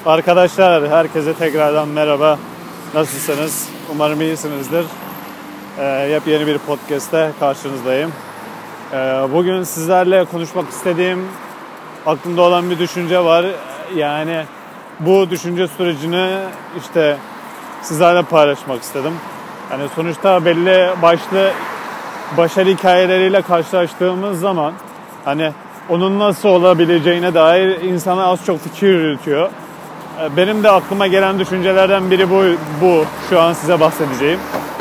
Arkadaşlar, herkese tekrardan merhaba. Nasılsınız? Umarım iyisinizdir. Yepyeni bir podcast'te karşınızdayım. Bugün sizlerle konuşmak istediğim, aklımda olan bir düşünce var. Yani bu düşünce sürecini sizlerle paylaşmak istedim. Yani sonuçta belli başlı başarı hikayeleriyle karşılaştığımız zaman onun nasıl olabileceğine dair insana az çok fikir yürütüyor. Benim de aklıma gelen düşüncelerden biri bu. Şu an size bahsedeceğim.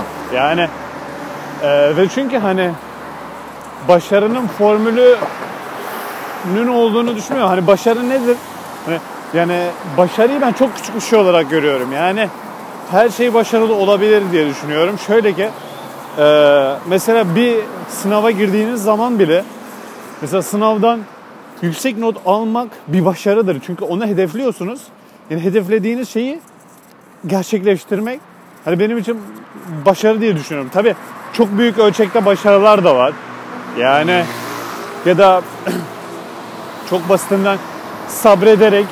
Ve çünkü başarının formülünün olduğunu düşünmüyorum. Başarı nedir? Başarıyı ben çok küçük bir şey olarak görüyorum. Her şey başarılı olabilir diye düşünüyorum. Şöyle ki mesela bir sınava girdiğiniz zaman bile mesela sınavdan yüksek not almak bir başarıdır. Çünkü onu hedefliyorsunuz. Hedeflediğiniz şeyi gerçekleştirmek benim için başarı diye düşünüyorum. Tabii çok büyük ölçekte başarılar da var. Ya da çok basitinden sabrederek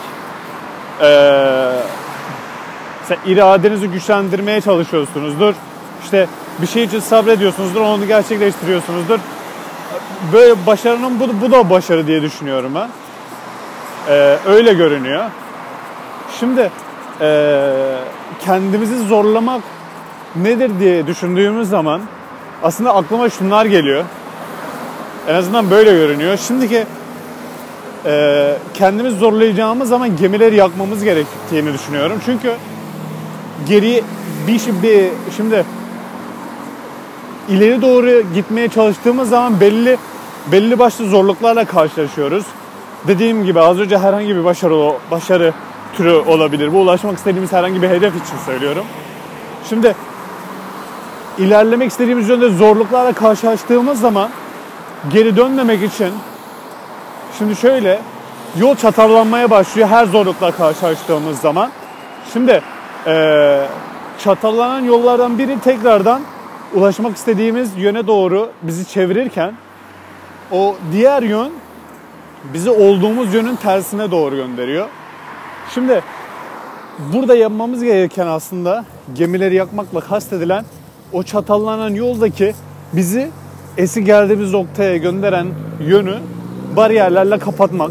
iradenizi güçlendirmeye çalışıyorsunuzdur. Bir şey için sabrediyorsunuzdur, onu gerçekleştiriyorsunuzdur. Böyle başarının bu da başarı diye düşünüyorum ben. Öyle görünüyor. Şimdi kendimizi zorlamak nedir diye düşündüğümüz zaman aslında aklıma şunlar geliyor. En azından böyle görünüyor. Şimdiki kendimizi zorlayacağımız zaman gemileri yakmamız gerektiğini düşünüyorum. Çünkü şimdi ileri doğru gitmeye çalıştığımız zaman belli başlı zorluklarla karşılaşıyoruz. Dediğim gibi az önce herhangi bir başarı türü olabilir. Bu ulaşmak istediğimiz herhangi bir hedef için söylüyorum. Şimdi ilerlemek istediğimiz yönde zorluklarla karşılaştığımız zaman geri dönmemek için yol çatallanmaya başlıyor her zorlukla karşılaştığımız zaman. Şimdi çatallanan yollardan biri tekrardan ulaşmak istediğimiz yöne doğru bizi çevirirken o diğer yön bizi olduğumuz yönün tersine doğru gönderiyor. Şimdi burada yapmamız gereken aslında gemileri yakmakla kastedilen o çatallanan yoldaki bizi eski geldiğimiz noktaya gönderen yönü bariyerlerle kapatmak.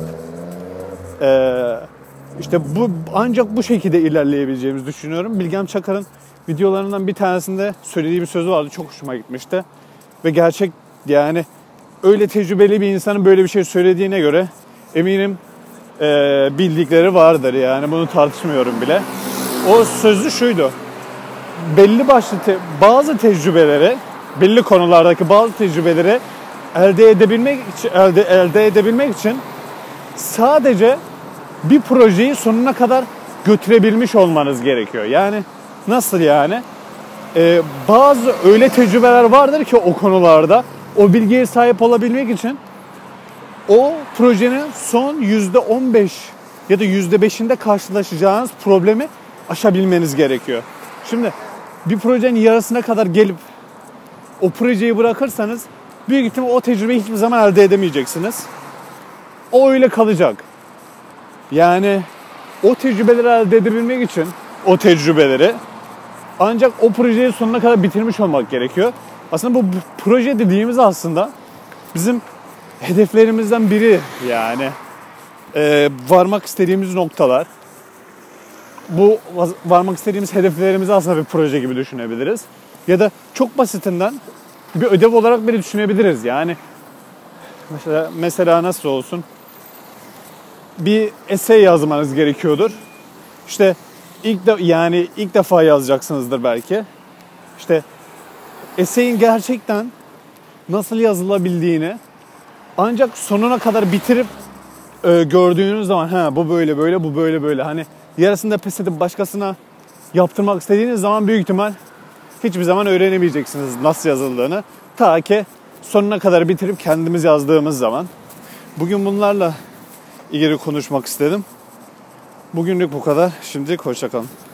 Ancak bu şekilde ilerleyebileceğimizi düşünüyorum. Bilgem Çakar'ın videolarından bir tanesinde söylediği bir sözü vardı. Çok hoşuma gitmişti. Ve gerçek öyle tecrübeli bir insanın böyle bir şey söylediğine göre eminim bildikleri vardır. Bunu tartışmıyorum bile. O sözü şuydu. Belli başlı bazı tecrübeleri, belli konulardaki bazı tecrübeleri elde edebilmek için sadece bir projeyi sonuna kadar götürebilmiş olmanız gerekiyor. Nasıl yani? Bazı öyle tecrübeler vardır ki o konularda o bilgiye sahip olabilmek için o projenin son %15 ya da %5'inde karşılaşacağınız problemi aşabilmeniz gerekiyor. Şimdi bir projenin yarısına kadar gelip o projeyi bırakırsanız büyük ihtimal o tecrübeyi hiçbir zaman elde edemeyeceksiniz. O öyle kalacak. O tecrübeleri elde edebilmek için o tecrübeleri ancak o projeyi sonuna kadar bitirmiş olmak gerekiyor. Aslında bu proje dediğimiz aslında bizim hedeflerimizden biri varmak istediğimiz noktalar. Bu varmak istediğimiz hedeflerimizi aslında bir proje gibi düşünebiliriz. Ya da çok basitinden bir ödev olarak bile düşünebiliriz. Mesela nasıl olsun? Bir essay yazmanız gerekiyordur. İlk defa yazacaksınızdır belki. Essay'in gerçekten nasıl yazılabildiğini ancak sonuna kadar bitirip gördüğünüz zaman bu böyle böyle, bu böyle böyle. Yarısında pes edip başkasına yaptırmak istediğiniz zaman büyük ihtimal hiçbir zaman öğrenemeyeceksiniz nasıl yazıldığını. Ta ki sonuna kadar bitirip kendimiz yazdığımız zaman. Bugün bunlarla ilgili konuşmak istedim. Bugünlük bu kadar. Şimdilik hoşça kalın.